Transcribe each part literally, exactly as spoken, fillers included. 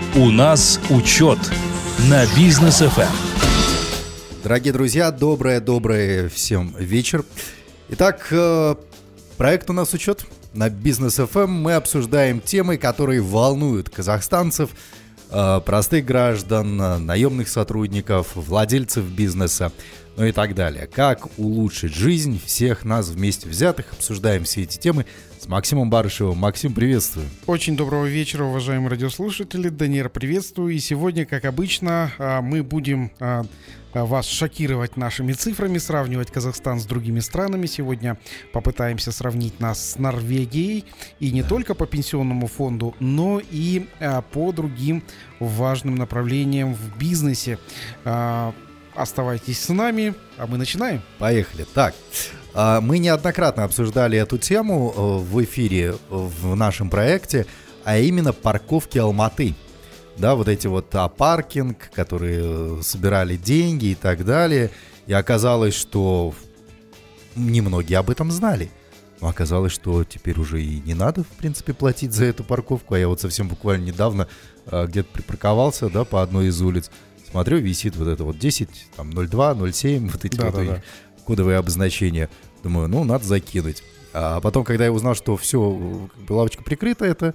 У нас учет на Бизнес эф эм. Дорогие друзья, доброе-доброе всем вечер. Итак, проект «У нас учет» на Бизнес эф эм. Мы обсуждаем темы, которые волнуют казахстанцев, простых граждан, наемных сотрудников, владельцев бизнеса, ну и так далее. Как улучшить жизнь всех нас вместе взятых. Обсуждаем все эти темы с Максимом Барышевым. Максим, приветствую. Очень доброго вечера, уважаемые радиослушатели. Даниэль, приветствую. И сегодня, как обычно, мы будем вас шокировать нашими цифрами, сравнивать Казахстан с другими странами. Сегодня попытаемся сравнить нас с Норвегией. И не только по пенсионному фонду, но и по другим важным направлениям в бизнесе. Оставайтесь с нами, а мы начинаем. Поехали. Так, мы неоднократно обсуждали эту тему в эфире в нашем проекте, а именно парковки Алматы. Да, вот эти вот а, паркинг, которые собирали деньги и так далее. И оказалось, что немногие об этом знали. Но оказалось, что теперь уже и не надо, в принципе, платить за эту парковку. А я вот совсем буквально недавно а, где-то припарковался, да, по одной из улиц. Смотрю, висит вот это вот десять, там, ноль два, ноль семь, вот эти да, вот да, да. кодовые обозначения. Думаю, ну, надо закинуть. А потом, когда я узнал, что все, лавочка прикрыта, это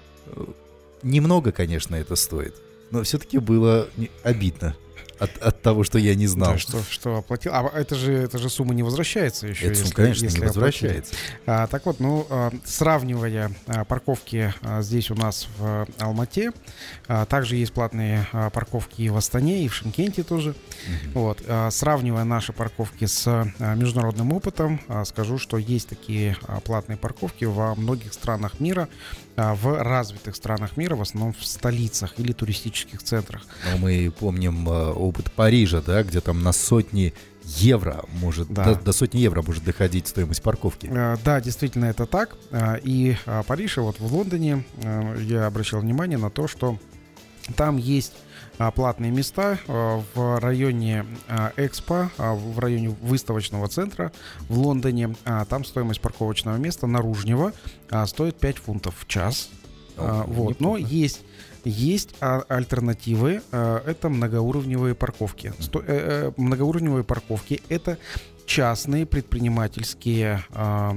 немного, конечно, это стоит. Но все-таки было обидно от, от того, что я не знал. Да, что, что оплатил. А это же, это же сумма не возвращается еще. Эта сумма, конечно, если не возвращается. А, так вот, ну, а, сравнивая а, парковки а, здесь у нас в Алмате, а, также есть платные а, парковки и в Астане, и в Шымкенте тоже. Угу. Вот, а, сравнивая наши парковки с а, международным опытом, а, скажу, что есть такие а, платные парковки во многих странах мира, а, в развитых странах мира, в основном в столицах или туристических центрах. Но мы помним а, опыт Парижа, да, где там на сотни евро может, да. до, до сотни евро может доходить стоимость парковки. А, да, действительно это так. А, и а, Париж, и вот в Лондоне а, я обращал внимание на то, что там есть а, платные места а, в районе а, Экспо, а, в районе выставочного центра в Лондоне. А, там стоимость парковочного места наружного а, стоит пять фунтов в час. А, вот. Но есть Есть а, альтернативы, а, это многоуровневые парковки. Сто, э, э, многоуровневые парковки — это частные предпринимательские а,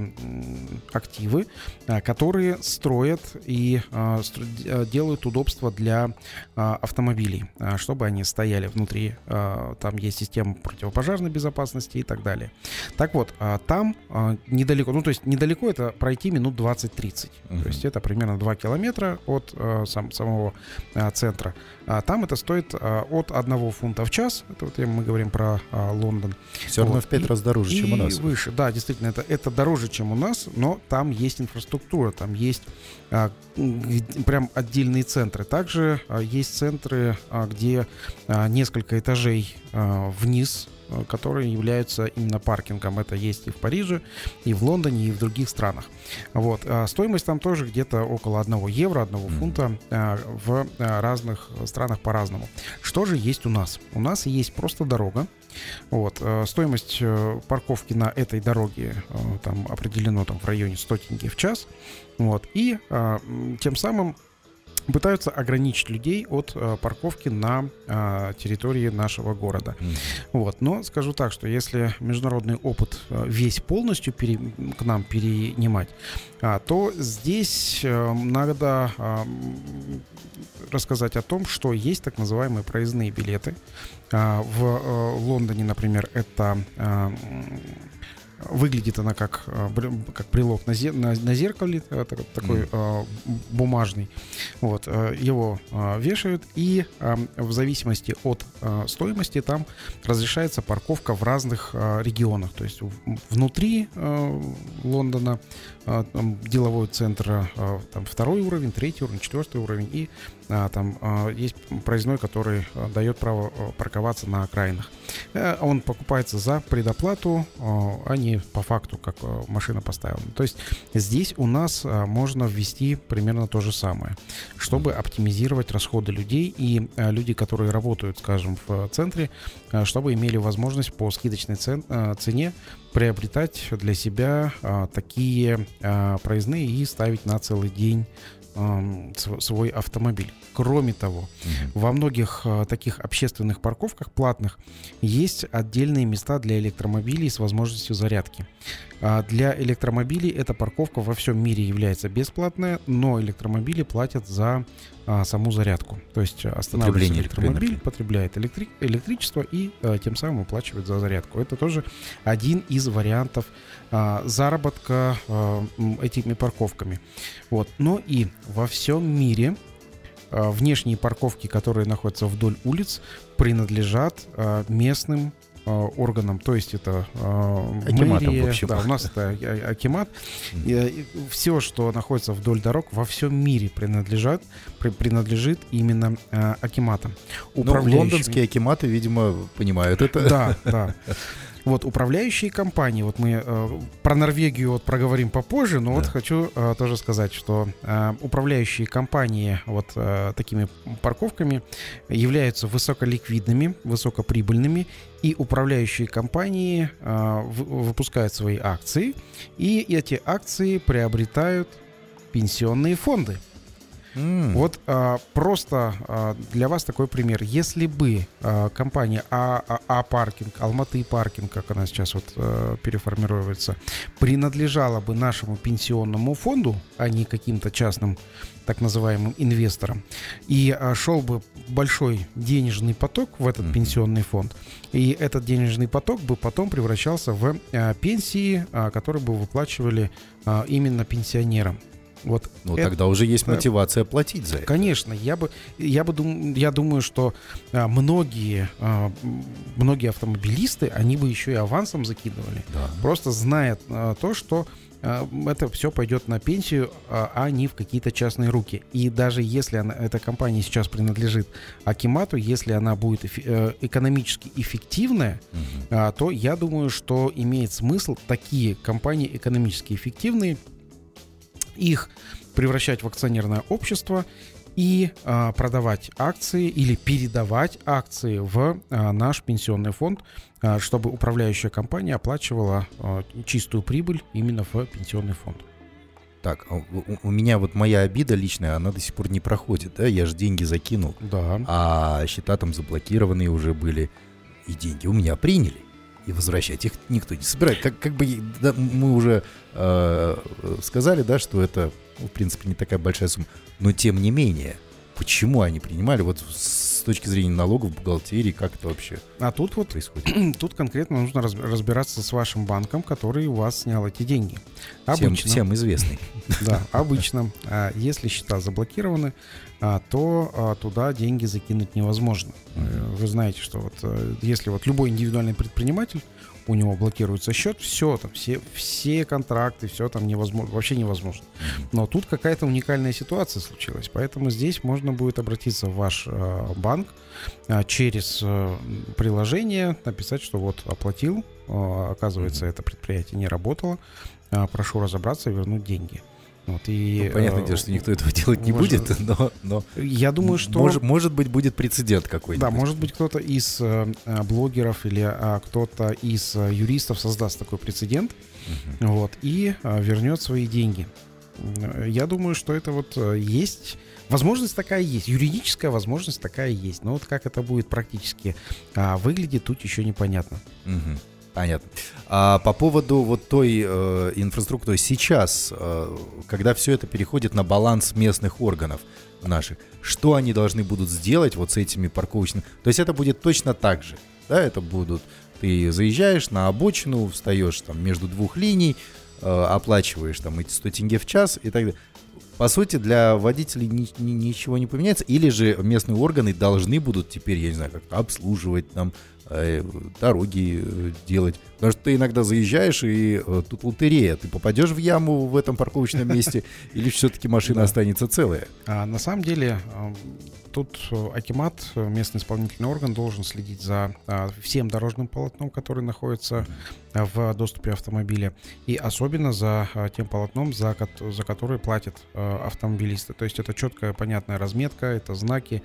активы, а, которые строят и а, стро- делают удобства для а, автомобилей, а, чтобы они стояли внутри. А, там есть система противопожарной безопасности и так далее. Так вот, а, там а, недалеко, ну то есть недалеко это пройти минут двадцать-тридцать. Uh-huh. То есть это примерно два километра от а, сам, самого а, центра. А, там это стоит а, от одного фунта в час. Это вот мы говорим про а, Лондон. Все равно вот. в пять раз дороже, и чем у нас. Выше, да, действительно, это, это дороже, чем у нас, но там есть инфраструктура, там есть а, прям отдельные центры. Также а, есть центры, а, где а, несколько этажей а, вниз, которые являются именно паркингом. Это есть и в Париже, и в Лондоне, и в других странах. Вот. А стоимость там тоже где-то около одного евро, одного фунта а, в а, разных странах по-разному. Что же есть у нас? У нас есть просто дорога. Вот. Стоимость парковки на этой дороге там определено там, в районе сто тенге в час. Вот. И а, тем самым пытаются ограничить людей от а, парковки на а, территории нашего города. Mm. Вот. Но скажу так, что если международный опыт а, весь полностью пере, к нам перенимать, а, то здесь а, надо а, рассказать о том, что есть так называемые проездные билеты. А, в а, Лондоне, например, это... А, выглядит она как, как брелок на, зер, на, на зеркале, такой mm. э, бумажный. Вот, э, его э, вешают, и э, в зависимости от э, стоимости там разрешается парковка в разных э, регионах. То есть в, внутри э, Лондона э, там, деловой центр, э, там второй уровень, третий уровень, четвертый уровень, и э, там э, есть проездной, который э, дает право э, парковаться на окраинах. Э, он покупается за предоплату, э, а не по факту, как машина поставлена. То есть здесь у нас а, можно ввести примерно то же самое, чтобы оптимизировать расходы людей, и а, люди, которые работают, скажем, в центре, а, чтобы имели возможность по скидочной цен, а, цене приобретать для себя а, такие а, проездные и ставить на целый день э, свой автомобиль. Кроме того, mm-hmm. во многих э, таких общественных парковках платных есть отдельные места для электромобилей с возможностью зарядки. А для электромобилей эта парковка во всем мире является бесплатная, но электромобили платят за а, саму зарядку. То есть останавливается электромобиль, потребляет электри- электричество и а, тем самым уплачивает за зарядку. Это тоже один из вариантов а, заработка а, этими парковками. Вот. Но и во всем мире а, внешние парковки, которые находятся вдоль улиц, принадлежат а, местным органам, то есть это э, мэрия, да, у нас это акимат. И, и все, что находится вдоль дорог, во всем мире принадлежат, при, принадлежит именно э, акиматам. Управляющим... лондонские акиматы, видимо, понимают это. Да, да. Вот управляющие компании, вот мы э, про Норвегию вот проговорим попозже, но да. вот хочу э, тоже сказать, что э, управляющие компании вот э, такими парковками являются высоколиквидными, высокоприбыльными, и управляющие компании э, в, выпускают свои акции, и эти акции приобретают пенсионные фонды. Mm. Вот а, просто а, для вас такой пример. Если бы а, компания А, А, А-паркинг, Алматы паркинг, как она сейчас вот а, переформируется, принадлежала бы нашему пенсионному фонду, а не каким-то частным так называемым инвесторам, и а, шел бы большой денежный поток в этот mm-hmm. пенсионный фонд, и этот денежный поток бы потом превращался в а, пенсии, а, которые бы выплачивали а, именно пенсионерам. Вот ну, это, тогда уже есть мотивация платить за это. Конечно, я бы, я бы дум, я думаю, что а, многие, а, многие автомобилисты, они бы еще и авансом закидывали, да. просто зная а, то, что а, это все пойдет на пенсию, а, а не в какие-то частные руки. И даже если она, эта компания сейчас принадлежит акимату, если она будет эфи, экономически эффективная, угу. а, то я думаю, что имеет смысл такие компании экономически эффективные их превращать в акционерное общество и а, продавать акции или передавать акции в а, наш пенсионный фонд, а, чтобы управляющая компания оплачивала а, чистую прибыль именно в пенсионный фонд. Так, у, у меня вот моя обида личная, она до сих пор не проходит, да? Я же деньги закинул, да. а счета там заблокированные уже были, и деньги у меня приняли. И возвращать их никто не собирает. Как, как бы да, мы уже э, сказали, да, что это, ну, в принципе, не такая большая сумма. Но тем не менее, почему они принимали? Вот с точки зрения налогов, бухгалтерии, как это вообще а тут вот, происходит? Тут конкретно нужно разбираться с вашим банком, который у вас снял эти деньги. Обычно, всем, всем известный. Да, обычно. Если счета заблокированы, то туда деньги закинуть невозможно. Вы знаете, что вот если вот любой индивидуальный предприниматель, у него блокируется счет, все там, все, все контракты, все там невозможно, вообще невозможно. Но тут какая-то уникальная ситуация случилась, поэтому здесь можно будет обратиться в ваш э, банк э, через э, приложение, написать, что вот оплатил, э, оказывается, это предприятие не работало, э, прошу разобраться и вернуть деньги. Вот, и, ну, понятное дело, что никто этого делать не можно... будет, но, но я думаю, что может, может быть будет прецедент какой-нибудь. Да, может быть кто-то из э, блогеров или э, кто-то из э, юристов создаст такой прецедент, uh-huh. вот, и э, вернет свои деньги. Я думаю, что это вот э, есть, возможность такая есть, юридическая возможность такая есть, но вот как это будет практически э, выглядеть, тут еще непонятно. Uh-huh. Понятно. А по поводу вот той э, инфраструктуры сейчас, э, когда все это переходит на баланс местных органов наших, что они должны будут сделать вот с этими парковочными? То есть это будет точно так же, да? Это будут, ты заезжаешь на обочину, встаешь там между двух линий, э, оплачиваешь там эти сто тенге в час и так далее. По сути, для водителей ни, ни, ничего не поменяется, или же местные органы должны будут теперь, я не знаю, как-то обслуживать там, э, дороги э, делать. Потому что ты иногда заезжаешь, и э, тут лотерея. Ты попадешь в яму в этом парковочном месте, или все-таки машина останется целая? На самом деле, тут Акимат, местный исполнительный орган, должен следить за всем дорожным полотном, которое находится в доступе автомобиля, и особенно за тем полотном, за, за которое платят автомобилисты. То есть это четкая, понятная разметка, это знаки.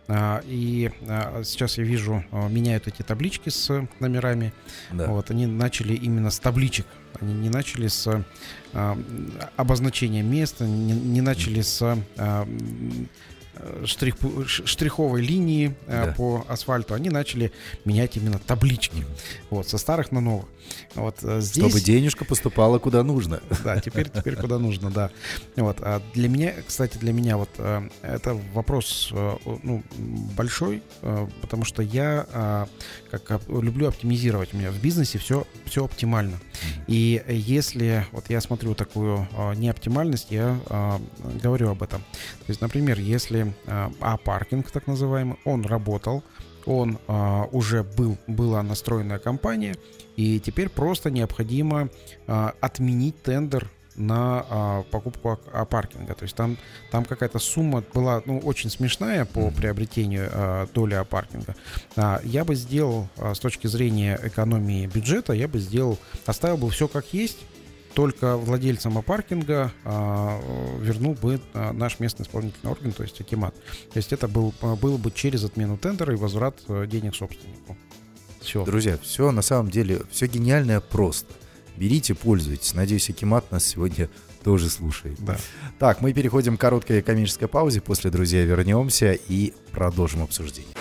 И сейчас я вижу, меняют эти таблички с номерами. Да. Вот, они начали именно с табличек. Они не начали с а, обозначения места, не, не начали с а, штрих, штриховой линии а, да. по асфальту. Они начали менять именно таблички. Mm-hmm. Вот, со старых на новых. Вот, здесь... Чтобы денежка поступала куда нужно. Да, теперь, теперь куда нужно, да. Вот, а для меня, кстати, для меня вот это вопрос ну, большой, потому что я как люблю оптимизировать. У меня в бизнесе все, все оптимально. И если вот я смотрю такую неоптимальность, я говорю об этом. То есть, например, если А-паркинг, так называемый, он работал, он а, уже был, была настроенная компания, и теперь просто необходимо а, отменить тендер на а, покупку А-паркинга. То есть там, там какая-то сумма была ну, очень смешная по приобретению а, доли А-паркинга. А, я бы сделал, а, с точки зрения экономии бюджета, я бы сделал, оставил бы все как есть, только владельцам А-паркинга а, вернул бы а, наш местный исполнительный орган, то есть Акимат. То есть это был, было бы через отмену тендера и возврат а, денег собственнику. Все. Друзья, все на самом деле, все гениальное просто. Берите, пользуйтесь. Надеюсь, Акимат нас сегодня тоже слушает. Да. Так, мы переходим к короткой коммерческой паузе. После, друзья, вернемся и продолжим обсуждение.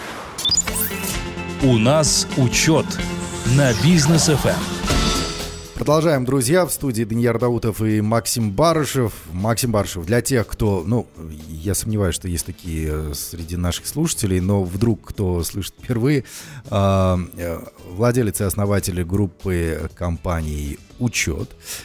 У нас учет на Бизнес эф эм. Продолжаем, друзья, в студии Даниил Даутов и Максим Барышев. Максим Барышев, для тех, кто, ну, я сомневаюсь, что есть такие среди наших слушателей, но вдруг кто слышит впервые, владелец и основатель группы компаний «Учет»,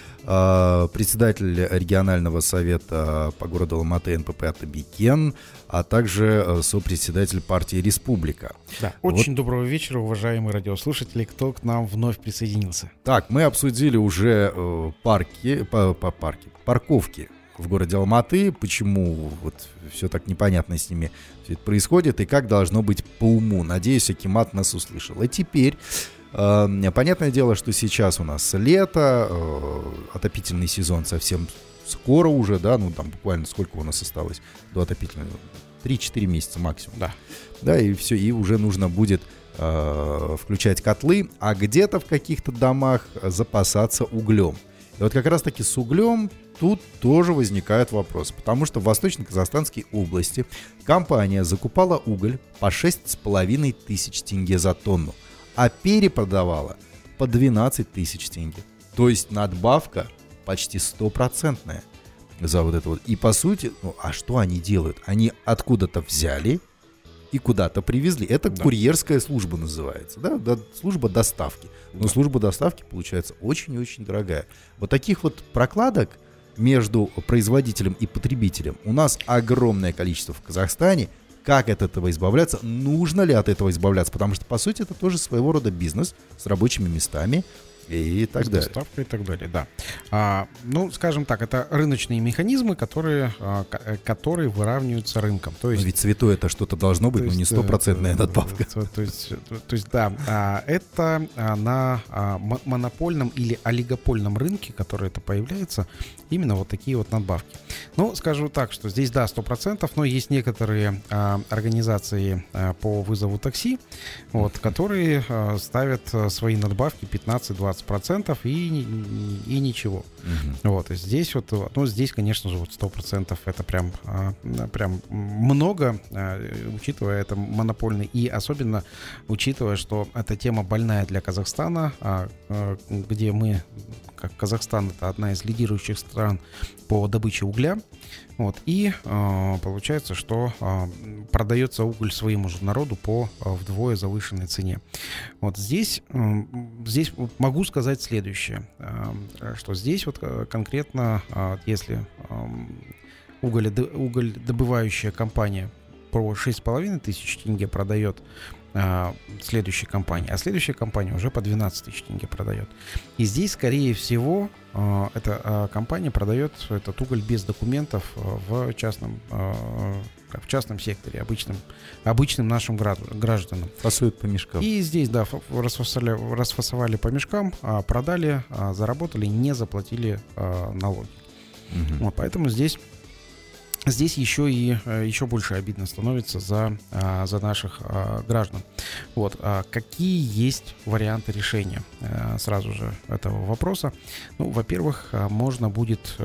председатель регионального совета по городу Алматы эн пэ пэ «Атабикен», а также сопредседатель партии «Республика». Да. Очень вот. Доброго вечера, уважаемые радиослушатели, кто к нам вновь присоединился. Так, мы обсудили уже э, парки, по, по парки, парковки в городе Алматы, почему вот все так непонятно с ними все это происходит и как должно быть по уму. Надеюсь, Акимат нас услышал. И теперь... Понятное дело, что сейчас у нас лето, отопительный сезон совсем скоро уже, да, ну там буквально сколько у нас осталось до отопительного? три-четыре месяца максимум. Да. Да, и все, и уже нужно будет э, включать котлы, а где-то в каких-то домах запасаться углем. И вот как раз-таки с углем тут тоже возникает вопрос, потому что в Восточно-Казахстанской области компания закупала уголь по шесть с половиной тысяч тенге за тонну, а перепродавала по двенадцать тысяч тенге. То есть надбавка почти стопроцентная за вот это вот. И по сути, ну а что они делают? Они откуда-то взяли и куда-то привезли. Это да. Курьерская служба называется, да? Да, служба доставки. Но да. служба доставки получается очень-очень дорогая. Вот таких вот прокладок между производителем и потребителем у нас огромное количество в Казахстане. Как от этого избавляться? Нужно ли от этого избавляться? Потому что, по сути, это тоже своего рода бизнес с рабочими местами и так с далее. Доставкой и так далее, да. А, ну, скажем так, это рыночные механизмы, которые, а, которые выравниваются рынком. То есть, но ведь святое это что-то должно быть, но не стопроцентная надбавка. То, то, есть, то, то есть, да, а, это а, на а, монопольном или олигопольном рынке, который это появляется, именно вот такие вот надбавки. Ну, скажу так, что здесь, да, сто процентов, но есть некоторые а, организации а, по вызову такси, вот, которые а, ставят свои надбавки пятнадцать-двадцать процентов и, и ничего. Uh-huh. Вот, и здесь вот, ну, здесь, конечно же, вот сто процентов это прям, а, прям много, а, учитывая это монопольный, и особенно учитывая, что эта тема больная для Казахстана, а, а, где мы, как Казахстан, это одна из лидирующих стран по добыче угля. Вот, и э, получается, что э, продается уголь своему же народу по э, вдвое завышенной цене. Вот здесь, э, здесь могу сказать следующее, э, что здесь вот конкретно, э, если э, уголь, уголь добывающая компания по шесть с половиной тысяч тенге продает следующая компания, а следующая компания уже по двенадцать тысяч тенге продает. И здесь, скорее всего, эта компания продает этот уголь без документов в частном, в частном секторе, обычным, обычным нашим гражданам. Фасуют по мешкам. И здесь, да, расфасовали, расфасовали по мешкам, продали, заработали, не заплатили налоги. Угу. Вот, поэтому здесь Здесь еще и еще больше обидно становится за, за наших граждан. Вот. Какие есть варианты решения сразу же этого вопроса? Ну, во-первых, можно будет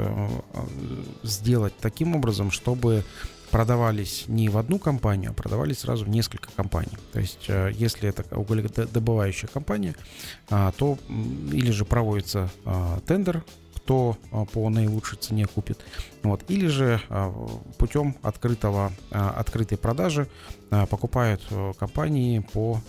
сделать таким образом, чтобы продавались не в одну компанию, а продавались сразу в несколько компаний. То есть, если это угледобывающая компания, то или же проводится тендер, кто по наилучшей цене купит. Вот. Или же путем открытого, открытой продажи покупают компании по,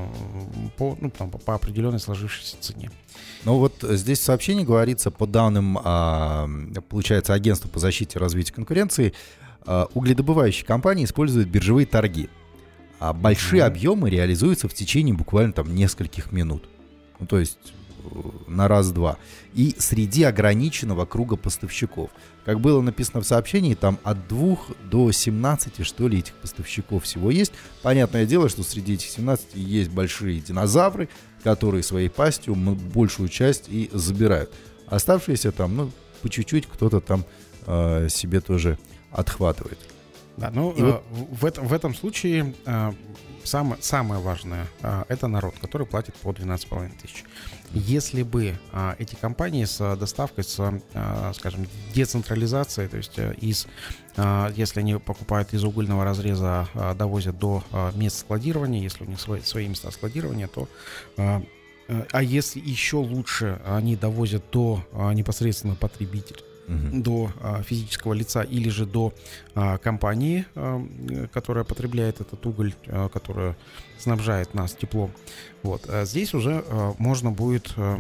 по, ну, там, по определенной сложившейся цене. Ну вот здесь в сообщении говорится, по данным, получается, Агентства по защите и развитию конкуренции, угледобывающие компании используют биржевые торги, а большие mm-hmm. объемы реализуются в течение буквально там нескольких минут. Ну, то есть на раз-два. И среди ограниченного круга поставщиков. Как было написано в сообщении, там от двух до семнадцати, что ли, этих поставщиков всего есть. Понятное дело, что среди этих семнадцати есть большие динозавры, которые своей пастью большую часть и забирают. Оставшиеся там, ну, по чуть-чуть кто-то там э, себе тоже отхватывает. Да, ну, э, вот... в, этом, в этом случае э, самое, самое важное э, это народ, который платит по двенадцать с половиной тысяч. Если бы э, эти компании с доставкой, с, э, скажем, децентрализацией, то есть э, из, э, если они покупают из угольного разреза, э, довозят до э, мест складирования, если у них свои, свои места складирования, то э, э, а если еще лучше, они довозят до э, непосредственно потребителя, Uh-huh. до а, физического лица или же до а, компании, а, которая потребляет этот уголь, а, которая снабжает нас теплом. Вот. А здесь уже а, можно будет а,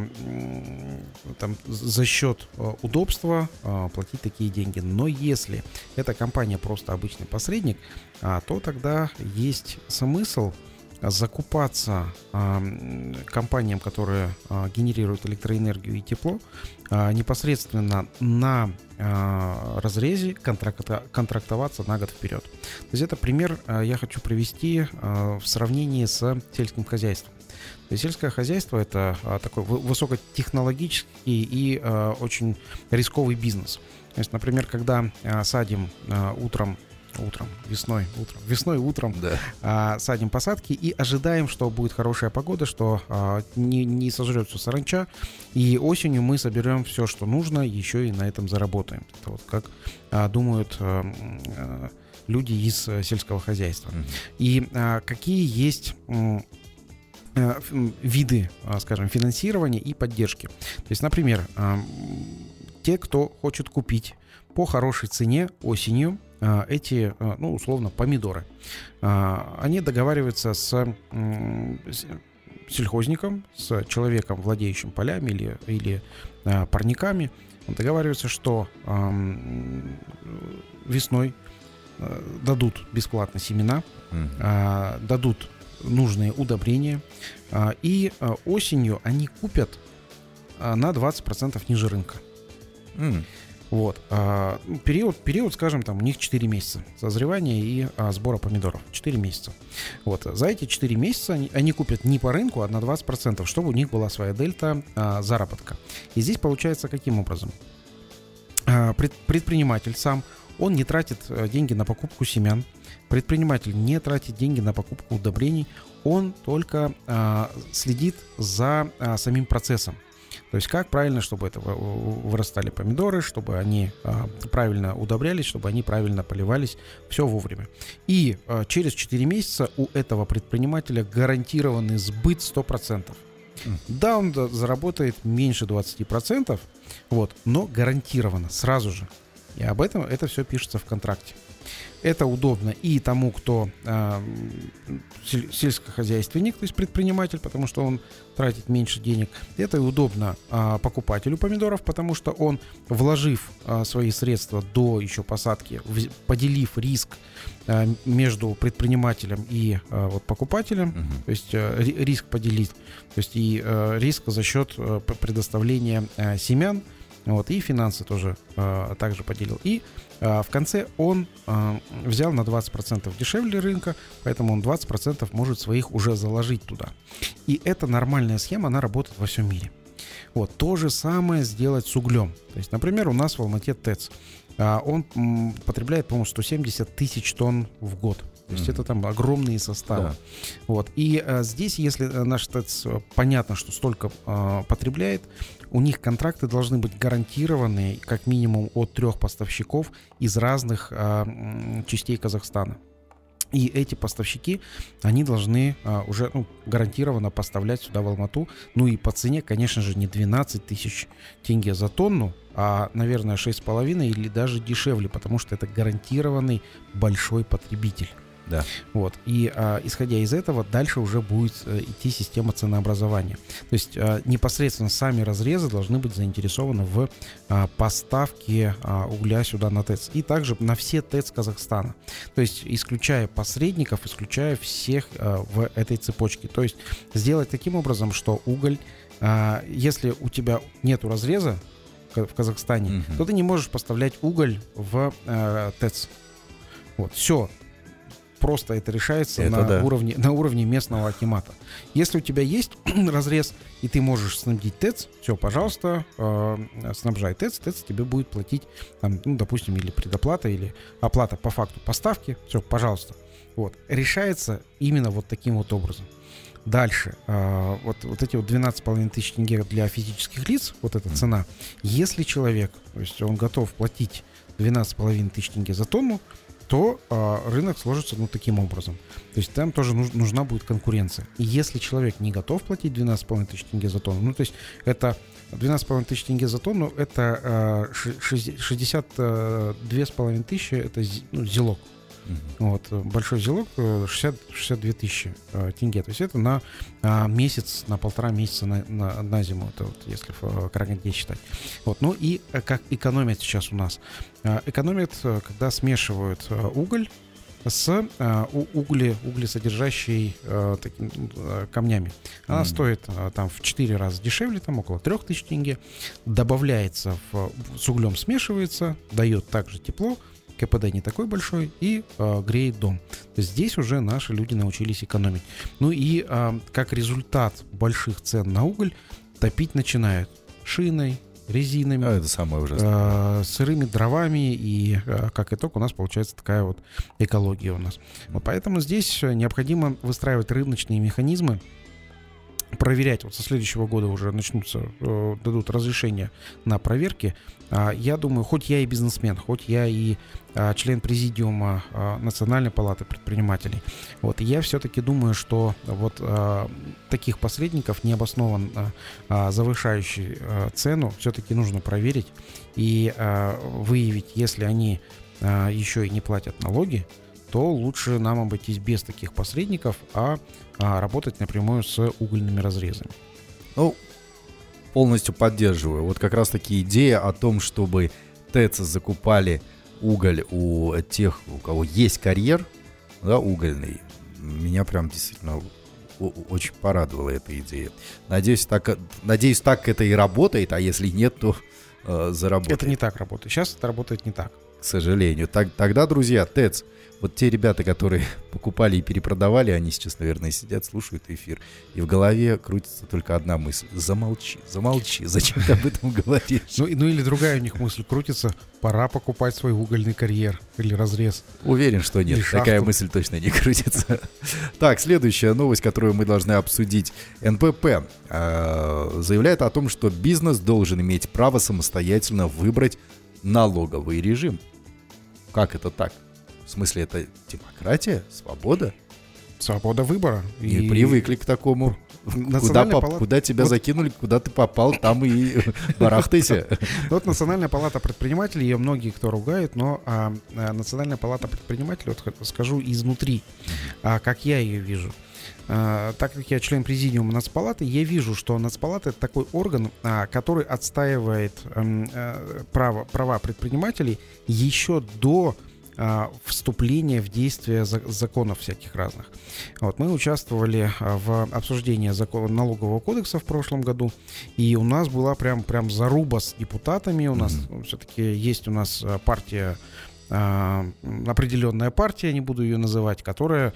там, за счет а, удобства а, платить такие деньги. Но если эта компания просто обычный посредник, а, то тогда есть смысл закупаться э, компаниям, которые э, генерируют электроэнергию и тепло, э, непосредственно на э, разрезе контракта, контрактоваться на год вперед. То есть это пример э, я хочу привести э, в сравнении с сельским хозяйством. То есть сельское хозяйство — это э, такой высокотехнологический и э, очень рисковый бизнес. То есть, например, когда э, садим э, утром Утром, весной, утром, весной, утром да. а, садим посадки и ожидаем, что будет хорошая погода, что а, не, не сожрет все саранча, и осенью мы соберем все, что нужно, еще и на этом заработаем. Это вот как а, думают а, а, люди из а, сельского хозяйства. Mm-hmm. И а, какие есть а, а, виды, а, скажем, финансирования и поддержки. То есть, например, а, те, кто хочет купить по хорошей цене осенью эти, ну, условно, помидоры. Они договариваются с сельхозником, с человеком, владеющим полями или, или парниками. Договариваются, что весной дадут бесплатно семена, mm-hmm. дадут нужные удобрения, и осенью они купят на двадцать процентов ниже рынка. Mm. Вот. А, период, период, скажем, там у них четыре месяца созревания и а, сбора помидоров. четыре месяца. Вот. За эти четыре месяца они, они купят не по рынку, а на двадцать процентов, чтобы у них была своя дельта а, заработка. И здесь получается каким образом? А, пред, предприниматель сам, он не тратит а, деньги на покупку семян. Предприниматель не тратит деньги на покупку удобрений. Он только а, следит за а, самим процессом. То есть как правильно, чтобы это вырастали помидоры, чтобы они а, правильно удобрялись, чтобы они правильно поливались, все вовремя. И а, через четыре месяца у этого предпринимателя гарантированный сбыт сто процентов. Mm. Да, он заработает меньше двадцать процентов, вот, но гарантированно, сразу же. И об этом это все пишется в контракте. Это удобно и тому, кто э, сельскохозяйственник, то есть предприниматель, потому что он тратит меньше денег. Это удобно э, покупателю помидоров, потому что он, вложив э, свои средства до еще посадки, в, поделив риск э, между предпринимателем и э, вот, покупателем, uh-huh. то есть э, риск поделить, то есть и э, риск за счет э, предоставления э, семян, вот, и финансы тоже э, также поделил. И э, в конце он э, взял на двадцать процентов дешевле рынка, поэтому он двадцать процентов может своих уже заложить туда. И эта нормальная схема, она работает во всем мире. Вот, то же самое сделать с углем. То есть, например, у нас в Алмате ТЭЦ. Э, он м, потребляет, по-моему, сто семьдесят тысяч тонн в год. То есть mm-hmm. это там огромные составы. Да. Вот. И а, здесь, если наш ТЭЦ понятно, что столько а, потребляет, у них контракты должны быть гарантированные как минимум от трех поставщиков из разных а, частей Казахстана. И эти поставщики, они должны а, уже ну, гарантированно поставлять сюда в Алмату. Ну и по цене, конечно же, не двенадцать тысяч тенге за тонну, а, наверное, шесть с половиной или даже дешевле, потому что это гарантированный большой потребитель. Да. Вот. И а, исходя из этого, дальше уже будет а, идти система ценообразования. То есть а, непосредственно сами разрезы должны быть заинтересованы в а, поставке а, угля сюда на ТЭЦ. И также на все ТЭЦ Казахстана. То есть исключая посредников, исключая всех а, в этой цепочке. То есть сделать таким образом, что уголь, а, если у тебя нету разреза в Казахстане, угу. то ты не можешь поставлять уголь в а, ТЭЦ. Вот. Все. Просто это решается это на, да. уровне, на уровне местного акимата. Если у тебя есть разрез, и ты можешь снабдить ТЭЦ, все, пожалуйста, э, снабжай ТЭЦ, ТЭЦ тебе будет платить, там, ну, допустим, или предоплата, или оплата по факту поставки, все, пожалуйста. Вот. Решается именно вот таким вот образом. Дальше, э, вот, вот эти вот двенадцать с половиной тысяч тенге для физических лиц, вот эта цена, если человек, то есть он готов платить двенадцать с половиной тысяч тенге за тонну, то э, рынок сложится ну, таким образом. То есть там тоже нуж, нужна будет конкуренция. И если человек не готов платить двенадцать с половиной тысяч тенге за тонну, ну то есть это двенадцать с половиной тысяч тенге за тонну, это э, шестьдесят две с половиной тысячи, это ну, зелок. Mm-hmm. Вот, большой зелок шестьдесят, шестьдесят две тысячи э, тенге. То есть это на э, месяц, на полтора месяца на, на, на зиму, это вот если в Караганде считать. Вот, ну и э, как экономят сейчас у нас? Э, экономят, э, когда смешивают э, уголь с э, угли, углесодержащей э, таким, э, камнями. Она mm-hmm. стоит э, там в четыре раза дешевле, там около три тысячи тенге. Добавляется, в, с углем смешивается, дает также тепло. КПД не такой большой и э, греет дом. То есть здесь уже наши люди научились экономить. Ну и э, как результат больших цен на уголь топить начинают шиной, резинами, а это самое ужасное. Э, сырыми дровами, и э, как итог у нас получается такая вот экология у нас. Вот поэтому здесь необходимо выстраивать рыночные механизмы, проверять. Вот со следующего года уже начнутся, э, дадут разрешение на проверки. А, я думаю, хоть я и бизнесмен, хоть я и а, член президиума а, Национальной палаты предпринимателей, вот, я все-таки думаю, что вот а, таких посредников, необоснованно а, завышающих а, цену, все-таки нужно проверить и а, выявить, если они а, еще и не платят налоги, то лучше нам обойтись без таких посредников, а, а работать напрямую с угольными разрезами. Ну, полностью поддерживаю. Вот как раз-таки идея о том, чтобы ТЭЦ закупали уголь у тех, у кого есть карьер, да, угольный, меня прям действительно очень порадовала эта идея. Надеюсь, так, надеюсь, так это и работает, а если нет, то э, заработает. Это не так работает. Сейчас это работает не так. К сожалению. Так, тогда, друзья, ТЭЦ, вот те ребята, которые покупали и перепродавали, они сейчас, наверное, сидят, слушают эфир, и в голове крутится только одна мысль: замолчи, замолчи, зачем ты об этом говоришь? Ну, ну или другая у них мысль крутится: пора покупать свой угольный карьер или разрез. Уверен, что нет, такая мысль точно не крутится. Так, следующая новость, которую мы должны обсудить. эн пэ пэ э, заявляет о том, что бизнес должен иметь право самостоятельно выбрать налоговый режим. Как это так? В смысле, это демократия, свобода? Свобода выбора. И, и привыкли к такому. Куда, поп... палата... куда тебя вот... закинули, куда ты попал, там и барахтайся. Вот Национальная палата предпринимателей, ее многие кто ругают, но а, Национальная палата предпринимателей, вот скажу изнутри, а, как я ее вижу. А, так как я член президиума Нацпалаты, я вижу, что Нацпалата — это такой орган, а, который отстаивает а, а, право, права предпринимателей еще до вступление в действие законов всяких разных. Вот, мы участвовали в обсуждении закона, налогового кодекса в прошлом году, и у нас была прям, прям заруба с депутатами. У нас mm-hmm. все-таки есть у нас партия, определенная партия, не буду ее называть, которая,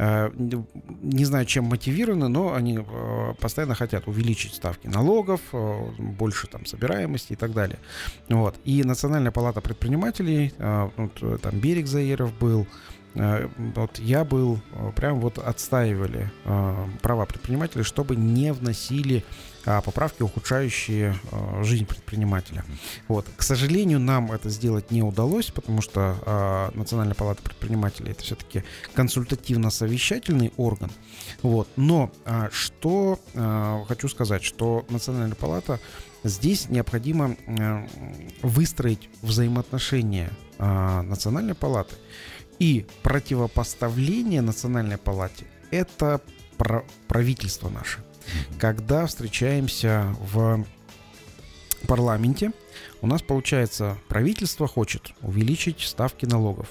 не знаю, чем мотивированы, но они постоянно хотят увеличить ставки налогов, больше там собираемости и так далее. Вот. И Национальная палата предпринимателей, вот, там Берег Заиров был, вот я был, прям вот отстаивали права предпринимателей, чтобы не вносили поправки, ухудшающие э, жизнь предпринимателя. Вот. К сожалению, нам это сделать не удалось, потому что э, Национальная палата предпринимателей — это все-таки консультативно-совещательный орган. Вот. Но э, что э, хочу сказать, что Национальная палата, здесь необходимо э, выстроить взаимоотношения э, Национальной палаты и противопоставление Национальной палате — это про- правительство наше. Когда встречаемся в парламенте, у нас получается, правительство хочет увеличить ставки налогов,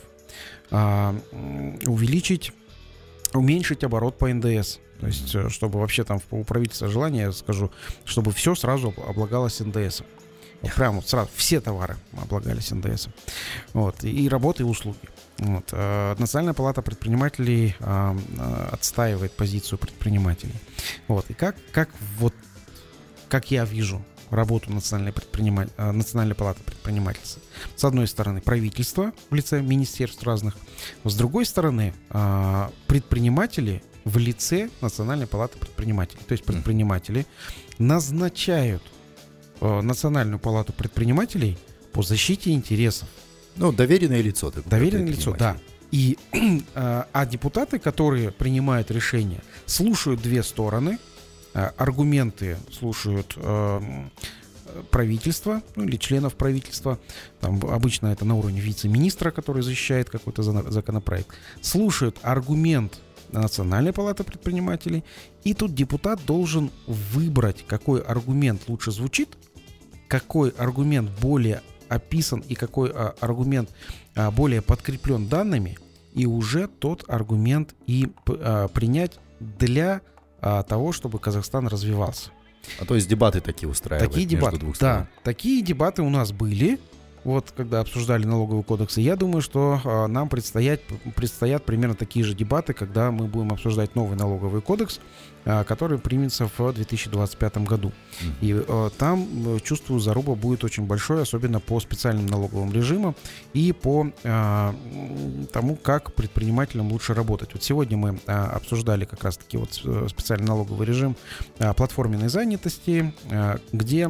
увеличить, уменьшить оборот по эн дэ эс. То есть, чтобы вообще там у правительства желание, я скажу, чтобы все сразу облагалось эн дэ эсом. Вот прямо вот сразу все товары облагались эн дэ эсом. Вот, и работы, и услуги. Вот. Национальная палата предпринимателей а, а, отстаивает позицию предпринимателей. Вот. И как, как, вот, как я вижу работу Национальной, предпринима... Национальной палаты предпринимательства. С одной стороны, правительство в лице министерств разных. С другой стороны, а, предприниматели в лице Национальной палаты предпринимателей. То есть предприниматели назначают а, Национальную палату предпринимателей по защите интересов. Ну, доверенное лицо. Доверенное лицо, да. И, а депутаты, которые принимают решения, слушают две стороны, аргументы слушают э, правительства, ну, или членов правительства. Там обычно это на уровне вице-министра, который защищает какой-то законопроект. Слушают аргумент Национальной палаты предпринимателей. И тут депутат должен выбрать, какой аргумент лучше звучит, какой аргумент более описан и какой а, аргумент а, более подкреплен данными, и уже тот аргумент и а, принять для а, того, чтобы Казахстан развивался. А то есть дебаты такие устраивают такие между дебаты, двух сторон. Да, такие дебаты у нас были. Вот, когда обсуждали налоговый кодекс, и я думаю, что а, нам предстоят, предстоят примерно такие же дебаты, когда мы будем обсуждать новый налоговый кодекс, а, который примется в две тысячи двадцать пятом году. Mm-hmm. И а, там, чувствую, заруба будет очень большой, особенно по специальным налоговым режимам и по а, тому, как предпринимателям лучше работать. Вот сегодня мы а, обсуждали как раз-таки вот специальный налоговый режим а, платформенной занятости, а, где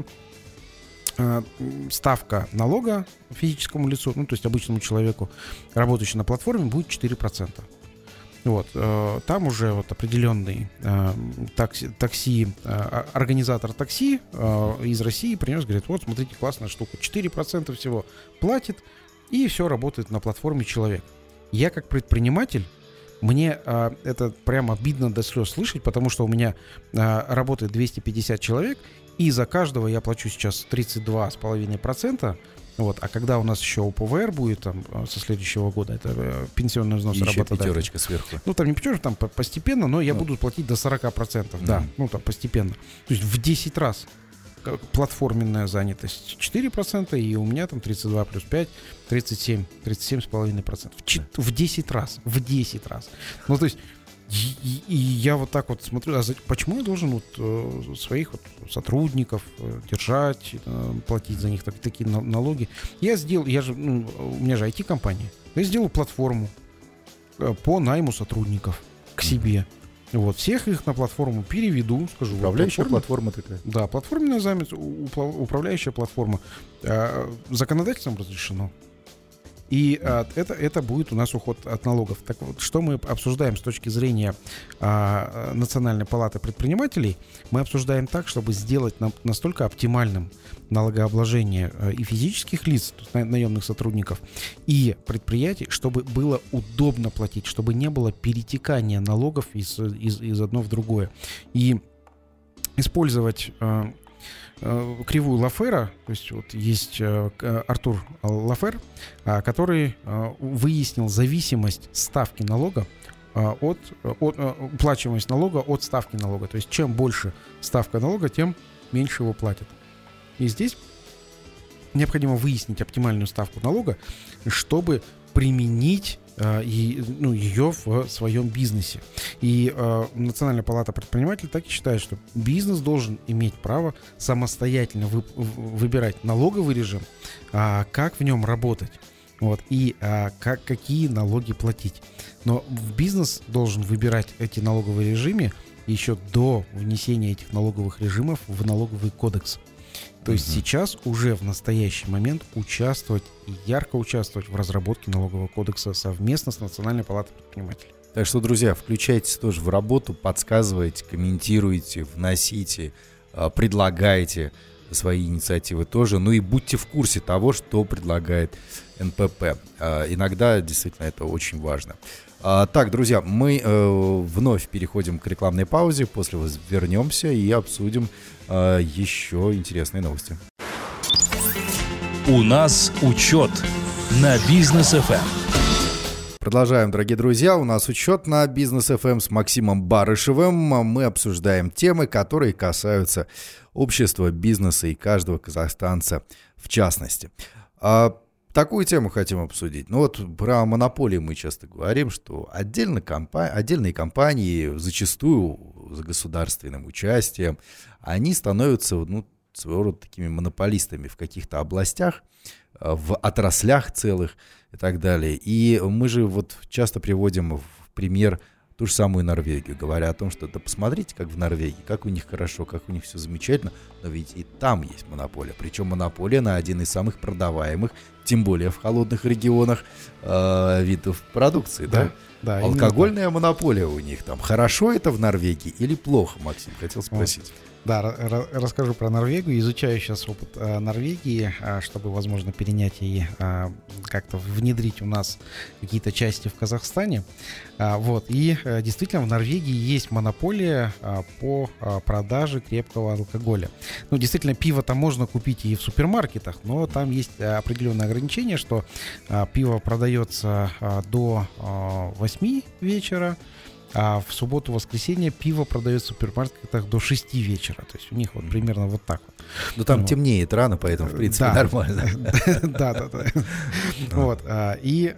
ставка налога физическому лицу, ну, то есть обычному человеку, работающему на платформе, будет четыре процента. Вот, э, там уже вот определенный э, такси, такси э, организатор такси э, из России принес, говорит, вот, смотрите, классная штука, четыре процента всего платит, и все работает на платформе человек. Я как предприниматель, мне э, это прям обидно до слез слышать, потому что у меня э, работает двести пятьдесят человек, и за каждого я плачу сейчас тридцать два с половиной процента. Вот, а когда у нас еще о пэ вэ эр будет там, со следующего года, это э, пенсионный взнос работодателя. Еще пятерочка сверху. Ну, там не пятерочка, там постепенно, но я ну. буду платить до сорок процентов. Mm-hmm. Да, ну, там постепенно. То есть в десять раз платформенная занятость четыре процента, и у меня там тридцать два плюс пять, тридцать семь, тридцать семь с половиной процентов. В, в десять раз, в десять раз. Ну, то есть И, и я вот так вот смотрю, а за, почему я должен вот, э, своих вот сотрудников э, держать, э, платить за них так, такие налоги? Я сделал, я же, ну, у меня же ай ти-компания, я сделал платформу э, по найму сотрудников к себе. Вот, всех их на платформу переведу, скажу. Управляющая вот, платформа, платформа такая. Да, платформенная займет, управляющая платформа. Э, законодательством разрешено. И а, это, это будет у нас уход от налогов. Так вот, что мы обсуждаем с точки зрения а, Национальной палаты предпринимателей? Мы обсуждаем так, чтобы сделать на, настолько оптимальным налогообложение а, и физических лиц, то есть на, наемных сотрудников, и предприятий, чтобы было удобно платить, чтобы не было перетекания налогов из, из, из одного в другое. И использовать а, а, кривую Лафера, то есть вот есть а, Артур Лафер, а, который а, выяснил зависимость ставки налога а, от, от а, уплачиваемость налога от ставки налога. То есть чем больше ставка налога, тем меньше его платят. И здесь необходимо выяснить оптимальную ставку налога, чтобы применить э, и, ну, ее в своем бизнесе. И э, Национальная палата предпринимателей так и считает, что бизнес должен иметь право самостоятельно вы, выбирать налоговый режим, э, как в нем работать. Вот, и а, как, какие налоги платить. Но бизнес должен выбирать эти налоговые режимы еще до внесения этих налоговых режимов в налоговый кодекс. То есть mm-hmm. сейчас уже в настоящий момент участвовать и ярко участвовать в разработке налогового кодекса совместно с Национальной палатой предпринимателей. Так что, друзья, включайтесь тоже в работу, подсказывайте, комментируйте, вносите, предлагайте свои инициативы тоже. Ну и будьте в курсе того, что предлагает эн пэ пэ. Иногда действительно это очень важно. Так, друзья, мы э, вновь переходим к рекламной паузе, после вернемся и обсудим э, еще интересные новости. У нас учет на Бизнес эф эм. Продолжаем, дорогие друзья. У нас учет на Бизнес эф эм с Максимом Барышевым. Мы обсуждаем темы, которые касаются общества, бизнеса и каждого казахстанца в частности. Такую тему хотим обсудить. Ну вот про монополии мы часто говорим, что отдельно компа- отдельные компании, зачастую за государственным участием, они становятся, ну, своего рода такими монополистами в каких-то областях, в отраслях целых и так далее. И мы же вот часто приводим в пример ту же самую Норвегию, говоря о том, что да посмотрите, как в Норвегии, как у них хорошо, как у них все замечательно, но ведь и там есть монополия. Причем монополия на один из самых продаваемых, тем более в холодных регионах, э, видов продукции. Да, да? Да, алкогольная монополия у них там. Хорошо это в Норвегии или плохо, Максим? Хотел спросить. Да, р- расскажу про Норвегию. Изучаю сейчас опыт э, Норвегии, э, чтобы, возможно, перенять и э, как-то внедрить у нас какие-то части в Казахстане. Э, вот. И э, действительно в Норвегии есть монополия э, по э, продаже крепкого алкоголя. Ну, действительно, пиво там можно купить и в супермаркетах, но там есть определенное ограничение, что э, пиво продается э, до э, восьми вечера, а в субботу-воскресенье пиво продается в супермаркетах до шести вечера. То есть у них вот примерно вот так вот. Ну там вот темнеет рано, поэтому, в принципе, да. нормально. Да, да, да. Вот. И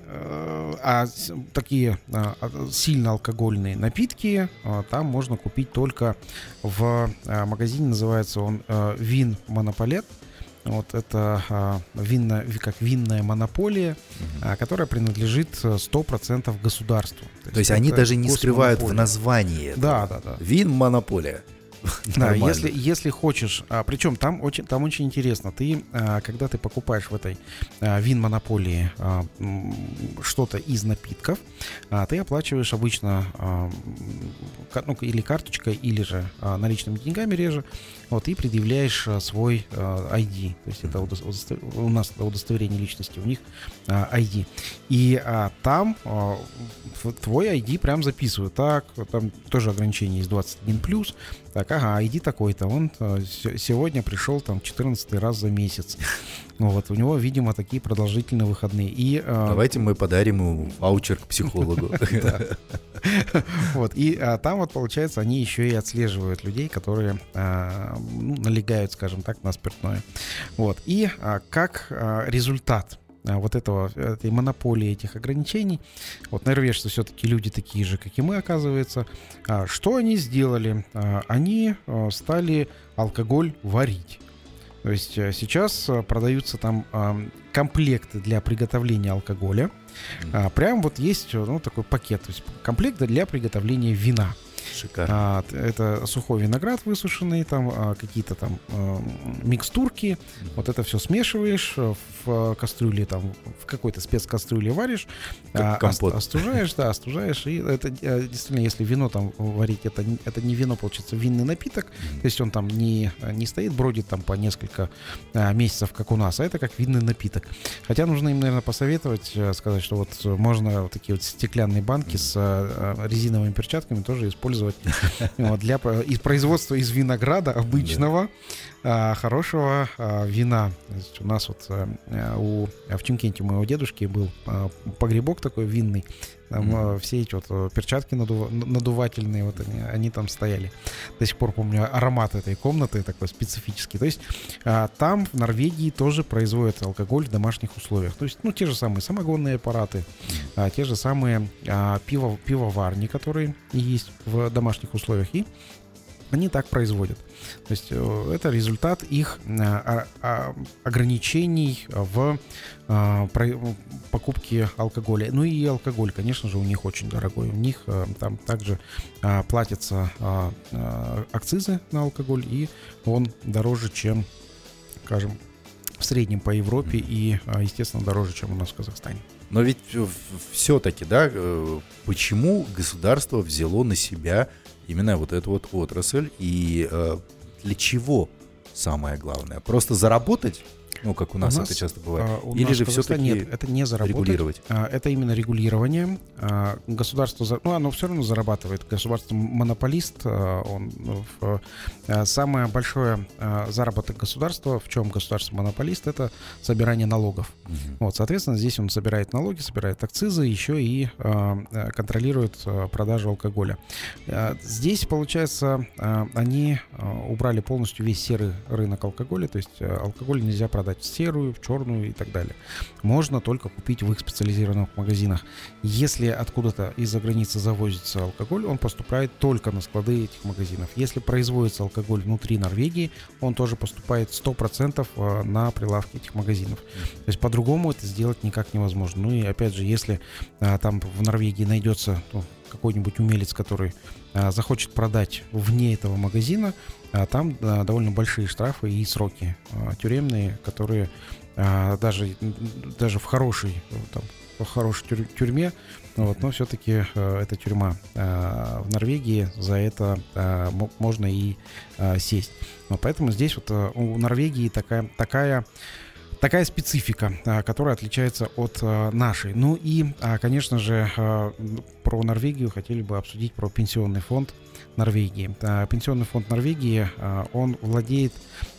а такие сильно алкогольные напитки там можно купить только в магазине, называется он Вин Монополет. Вот это а, винная, как винная монополия, угу. а, которая принадлежит сто процентов государству. То, То есть они даже не скрывают в названии. Да, да, да. Вин-монополия. Да, если, если хочешь, а, причем там очень, там очень интересно, ты, а, когда ты покупаешь в этой а, вин-монополии а, что-то из напитков, а, ты оплачиваешь обычно а, ну, или карточкой, или же а, наличными деньгами реже, вот, и предъявляешь а, свой а, ай ди, то есть это удостов... у нас это удостоверение личности, у них а, ай ди, и а, там а, твой ай ди прям записывают, так, там тоже ограничение есть двадцать один плюс, так, ага, ай ди такой-то, он э, сегодня пришел там четырнадцатый раз за месяц. Ну, вот у него, видимо, такие продолжительные выходные. И, э, давайте мы подарим ему ваучер к психологу. Вот, и там вот, получается, они еще и отслеживают людей, которые налегают, скажем так, на спиртное. Вот, и как результат вот этого, этой монополии, этих ограничений. Вот норвежцы все-таки люди такие же, как и мы, оказывается. Что они сделали? Они стали алкоголь варить. То есть сейчас продаются там комплекты для приготовления алкоголя. Прям вот есть, ну, такой пакет. То есть комплект для приготовления вина. Шикарно. А, это сухой виноград высушенный, там а, какие-то там а, микстурки. Mm-hmm. Вот это все смешиваешь в кастрюле, там в какой-то спецкастрюле варишь, а, компот. остужаешь, да, остужаешь. И это действительно, если вино там варить, это, это не вино, получается винный напиток. Mm-hmm. То есть он там не, не стоит, бродит там по несколько а, месяцев, как у нас, а это как винный напиток. Хотя нужно им, наверное, посоветовать, сказать, что вот можно вот такие вот стеклянные банки mm-hmm. с а, резиновыми перчатками тоже использовать для из производства из винограда обычного, а, хорошего а, вина. У нас вот а, у, в Чимкенте у моего дедушки был а, погребок такой винный. Там mm-hmm. все эти вот перчатки надув... надувательные, вот они, они там стояли. До сих пор помню аромат этой комнаты такой специфический. То есть а, там в Норвегии тоже производят алкоголь в домашних условиях. То есть, ну, те же самые самогонные аппараты, а, те же самые а, пиво, пивоварни, которые есть в домашних условиях, и они так производят. То есть это результат их а, а, ограничений в а, про, покупке алкоголя. Ну и алкоголь, конечно же, у них очень дорогой. У них а, там также а, платятся а, а, акцизы на алкоголь, и он дороже, чем, скажем, в среднем по Европе и, естественно, дороже, чем у нас в Казахстане. Но ведь все-таки, да, почему государство взяло на себя именно вот эту вот отрасль, и э, для чего самое главное? Просто заработать? Ну, как у нас, у нас это часто бывает. А, Или же все-таки нет, это не заработать, регулировать? А, это именно регулирование. А, государство, ну, оно все равно зарабатывает. Государство монополист. А, он, в, а, самое большое а, заработок государства, в чем государство монополист, это собирание налогов. Угу. Вот, соответственно, здесь он собирает налоги, собирает акцизы, еще и а, контролирует а, продажу алкоголя. А, здесь, получается, а, они а, убрали полностью весь серый рынок алкоголя, то есть а, алкоголь нельзя продать в серую, в черную и так далее. Можно только купить в их специализированных магазинах. Если откуда-то из-за границы завозится алкоголь, он поступает только на склады этих магазинов. Если производится алкоголь внутри Норвегии, он тоже поступает сто процентов на прилавки этих магазинов. То есть по-другому это сделать никак невозможно. Ну и опять же, если а, там в Норвегии найдется ну, какой-нибудь умелец, который а, захочет продать вне этого магазина, а, там а, довольно большие штрафы и сроки а, тюремные, которые а, даже, даже в хорошей, там, в хорошей тюр- тюрьме, вот, но все-таки а, это тюрьма а, в Норвегии, за это а, м- можно и а, сесть. Но поэтому здесь вот а, у Норвегии такая, такая Такая специфика, которая отличается от нашей. Ну и, конечно же, про Норвегию хотели бы обсудить, про пенсионный фонд Норвегии. Пенсионный фонд Норвегии, он владеет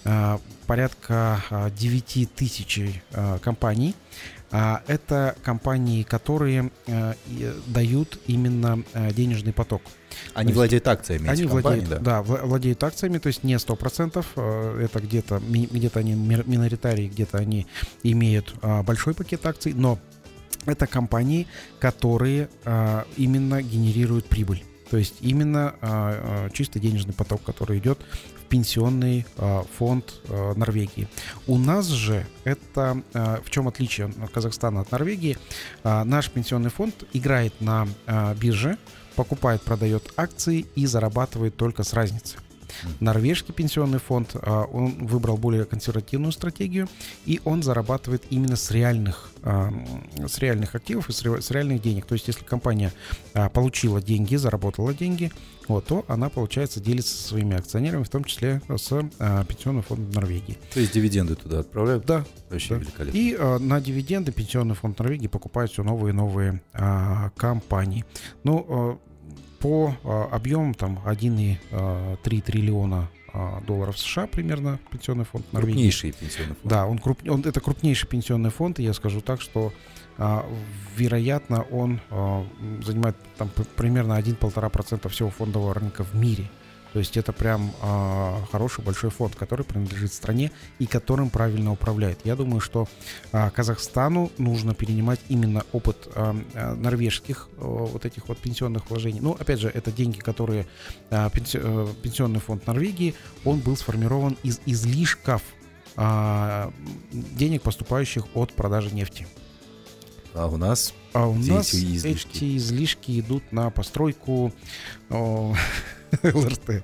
порядка девять тысяч компаний. Это компании, которые дают именно денежный поток. Они владеют акциями. Они компаний, владеют, да? да, владеют акциями, то есть не сто процентов. Это где-то, где-то они миноритарии, где-то они имеют большой пакет акций, но это компании, которые именно генерируют прибыль. То есть именно а, чисто денежный поток, который идет в пенсионный а, фонд а, Норвегии. У нас же это, а, в чем отличие Казахстана от Норвегии, а, наш пенсионный фонд играет на а, бирже, покупает, продает акции и зарабатывает только с разницы. Норвежский пенсионный фонд, он выбрал более консервативную стратегию, и он зарабатывает именно с реальных, с реальных активов и с реальных денег. То есть, если компания получила деньги, заработала деньги, вот, то она, получается, делится со своими акционерами, в том числе с пенсионным фондом Норвегии. То есть дивиденды туда отправляют? Да. Вообще да. великолепно. И а, на дивиденды пенсионный фонд Норвегии покупает все новые и новые а, компании. Ну, а, по а, объему там один и три триллиона а, долларов США примерно пенсионный фонд Норвегии. Крупнейший пенсионный фонд. Да, он, круп, он это крупнейший пенсионный фонд, и я скажу так, что а, вероятно он а, занимает там примерно один-полтора процента всего фондового рынка в мире. То есть это прям а, хороший большой фонд, который принадлежит стране и которым правильно управляет. Я думаю, что а, Казахстану нужно перенимать именно опыт а, а, норвежских а, вот этих вот пенсионных вложений. Ну, опять же, это деньги, которые а, пенси, а, пенсионный фонд Норвегии, он был сформирован из излишков а, денег, поступающих от продажи нефти. А у нас, а у нас эти излишки? эти излишки идут на постройку о, эл эр тэ.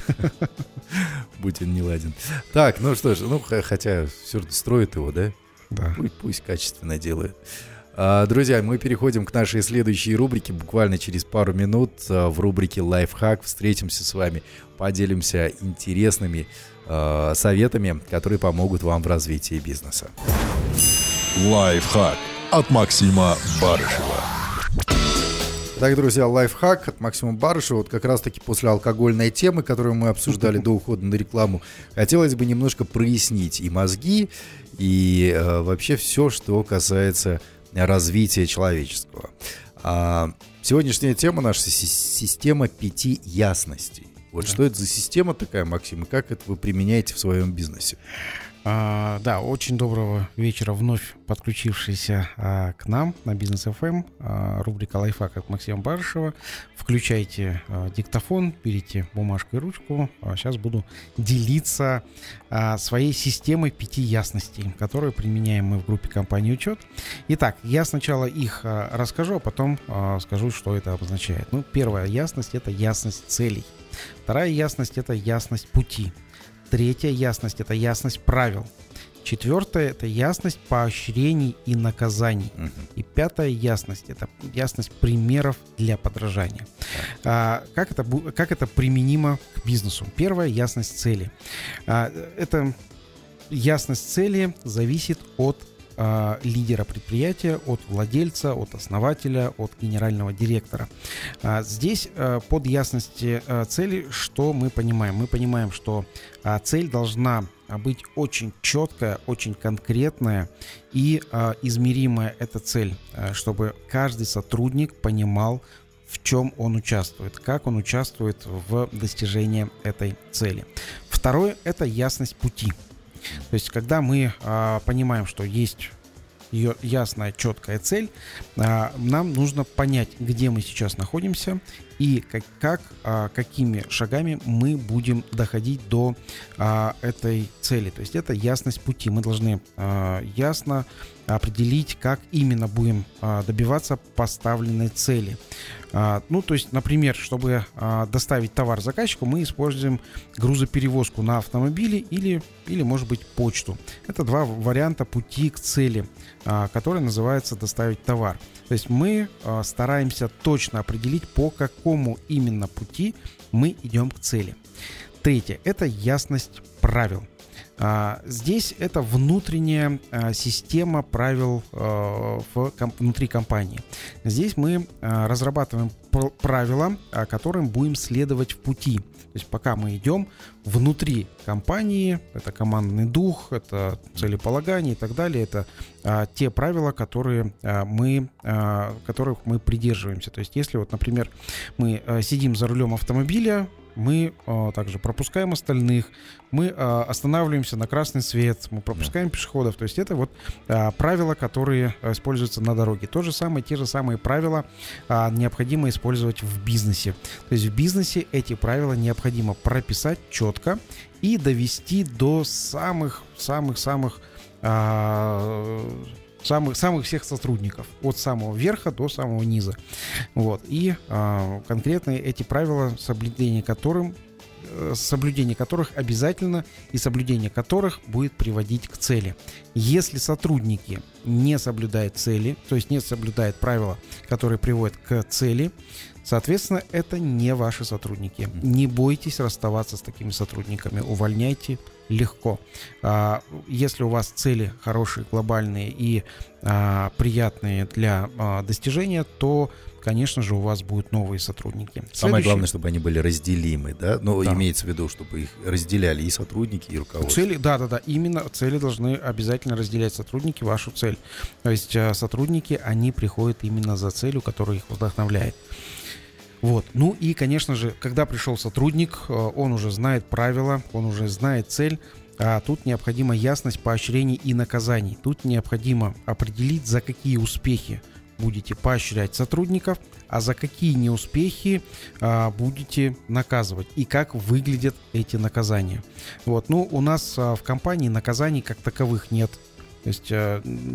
Будь он не ладен. Так, ну что ж, ну хотя все строит его, да? Да. Пусть, пусть качественно делает. А, друзья, мы переходим к нашей следующей рубрике. Буквально через пару минут а, в рубрике «Лайфхак» встретимся с вами, поделимся интересными а, советами, которые помогут вам в развитии бизнеса. Лайфхак от Максима Барышева. Так, друзья, лайфхак от Максима Барышева. Вот как раз-таки после алкогольной темы, которую мы обсуждали до ухода на рекламу, хотелось бы немножко прояснить и мозги, и э, вообще все, что касается развития человеческого. А, сегодняшняя тема наша — система пяти ясностей. Вот да. Что это за система такая, Максим, и как это вы применяете в своем бизнесе? А, да, очень доброго вечера, вновь подключившийся а, к нам на Бизнес эф эм, а, рубрика «Лайфхак» от Максима Барышева. Включайте а, диктофон, берите бумажку и ручку. А, сейчас буду делиться а, своей системой пяти ясностей, которые применяем мы в группе компании «Учет». Итак, я сначала их а, расскажу, а потом а, скажу, что это обозначает. Ну, первая ясность — это ясность целей. Вторая ясность — это ясность пути. Третья ясность — это ясность правил. Четвертая — это ясность поощрений и наказаний. Uh-huh. И пятая ясность — это ясность примеров для подражания. Uh-huh. А, как это, как это применимо к бизнесу? Первая — ясность цели. А, это ясность цели зависит от а, лидера предприятия, от владельца, от основателя, от генерального директора. А, здесь а, под ясностью а, цели что мы понимаем? Мы понимаем, что а, цель должна быть очень четкая, очень конкретная и а, измеримая эта цель, а, чтобы каждый сотрудник понимал, в чем он участвует, как он участвует в достижении этой цели. Второе — это ясность пути. То есть, когда мы а, понимаем, что есть ее ясная, четкая цель, а, нам нужно понять, где мы сейчас находимся и как, как а, какими шагами мы будем доходить до а, этой цели. То есть это ясность пути. Мы должны а, ясно определить, как именно будем а, добиваться поставленной цели. А, ну, то есть, например, чтобы а, доставить товар заказчику, мы используем грузоперевозку на автомобиле или, или, может быть, почту. Это два варианта пути к цели, а, который называется доставить товар. То есть мы а, стараемся точно определить, по какому именно пути мы идем к цели. Третье — это ясность правил. А, здесь это внутренняя а, система правил а, в, ком, внутри компании. Здесь мы а, разрабатываем пр- правила, а, которым будем следовать в пути. То есть пока мы идем внутри компании, это командный дух, это целеполагание и так далее, это а, те правила, которые, а, мы, а, которых мы придерживаемся. То есть если вот, например, мы а, сидим за рулем автомобиля, мы а, также пропускаем остальных, мы а, останавливаемся на красный свет, мы пропускаем yeah. пешеходов. То есть это вот а, правила, которые а, используются на дороге. То же самое, те же самые правила а, необходимо использовать в бизнесе. То есть в бизнесе эти правила необходимо прописать четко и довести до самых-самых-самых а, Самых, самых всех сотрудников, от самого верха до самого низа. Вот. И а, конкретно эти правила, соблюдение которым, соблюдение которых обязательно и соблюдение которых будет приводить к цели. Если сотрудники не соблюдают цели, то есть не соблюдают правила, которые приводят к цели, соответственно, это не ваши сотрудники. Не бойтесь расставаться с такими сотрудниками, увольняйте легко. А, если у вас цели хорошие, глобальные и а, приятные для а, достижения, то, конечно же, у вас будут новые сотрудники. Самое Следующий... главное, чтобы они были разделимы, да? Ну, да. Имеется в виду, чтобы их разделяли и сотрудники, и руководство. Цели, да, да, да. Именно цели должны обязательно разделять сотрудники вашу цель. То есть сотрудники, они приходят именно за целью, которая их вдохновляет. Вот. Ну и, конечно же, когда пришел сотрудник, он уже знает правила, он уже знает цель, а тут необходима ясность поощрений и наказаний. Тут необходимо определить, за какие успехи будете поощрять сотрудников, а за какие неуспехи а, будете наказывать и как выглядят эти наказания. Вот. Ну, у нас а, в компании наказаний как таковых нет. То есть а,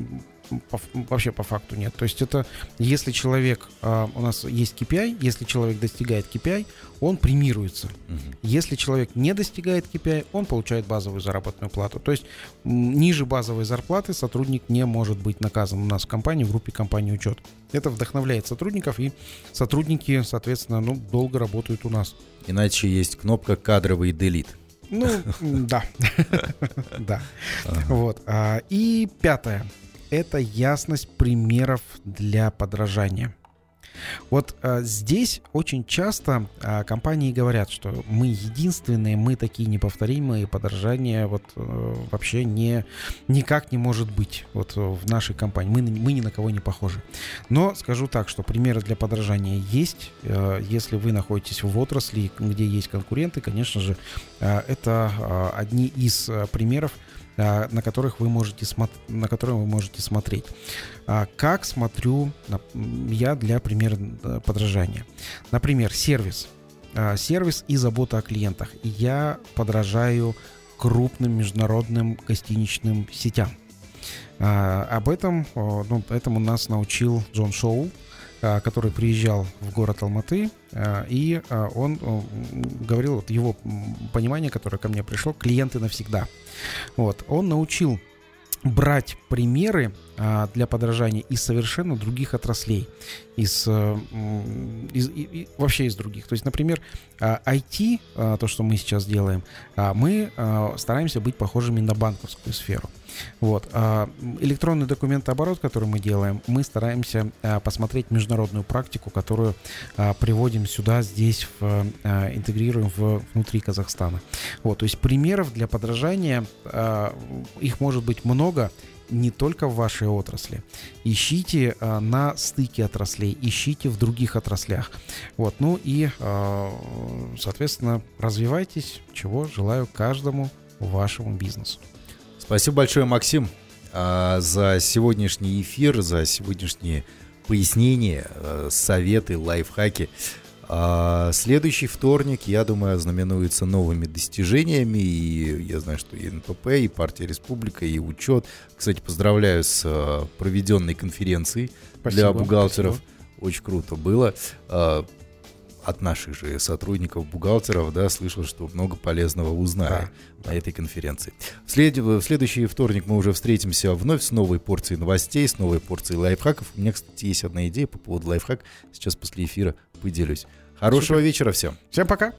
по, вообще по факту нет. То есть это, если человек, а, у нас есть кей пи ай, если человек достигает кей пи ай, он премируется. Uh-huh. Если человек не достигает кей пи ай, он получает базовую заработную плату. То есть м, ниже базовой зарплаты сотрудник не может быть наказан у нас в компании, в группе компании «Учет». Это вдохновляет сотрудников, и сотрудники, соответственно, ну, долго работают у нас. Иначе есть кнопка «Кадровый делит». Ну, да. Да. Вот. И пятое. Это ясность примеров для подражания. Вот а, здесь очень часто а, компании говорят, что мы единственные, мы такие неповторимые, подражания вот а, вообще не, никак не может быть вот в нашей компании. Мы, мы ни на кого не похожи. Но скажу так, что примеры для подражания есть. А, если вы находитесь в отрасли, где есть конкуренты, конечно же, а, это а, одни из а, примеров, на которых вы можете смотри, на которые вы можете смотреть. Как смотрю я для примера подражания? Например, сервис. Сервис и забота о клиентах. Я подражаю крупным международным гостиничным сетям. Об этом, ну, этому нас научил Джон Шоу, который приезжал в город Алматы, и он говорил, вот его понимание, которое ко мне пришло, клиенты навсегда. Вот, он научил брать примеры а, для подражания из совершенно других отраслей, из, из, из, вообще из других. То есть, например, ай ти, а, то, что мы сейчас делаем, а, мы а, стараемся быть похожими на банковскую сферу. Вот. А, электронный документооборот, который мы делаем, мы стараемся а, посмотреть международную практику, которую а, приводим сюда, здесь, в, а, интегрируем в, внутри Казахстана. Вот. То есть примеров для подражания, а, их может быть много, не только в вашей отрасли. Ищите а, на стыке отраслей, ищите в других отраслях. Вот. Ну и, а, соответственно, развивайтесь, чего желаю каждому вашему бизнесу. Спасибо большое, Максим, за сегодняшний эфир, за сегодняшние пояснения, советы, лайфхаки. Следующий вторник, я думаю, ознаменуется новыми достижениями. И я знаю, что и эн пэ пэ, и партия Республика, и учет. Кстати, поздравляю с проведенной конференцией. Спасибо, для бухгалтеров. Спасибо. Очень круто было. От наших же сотрудников, бухгалтеров, да, слышал, что много полезного узнали да. на этой конференции. В, след... в следующий вторник мы уже встретимся вновь с новой порцией новостей, с новой порцией лайфхаков. У меня, кстати, есть одна идея по поводу лайфхак. Сейчас после эфира поделюсь. Хорошего Супер. вечера всем. Всем пока.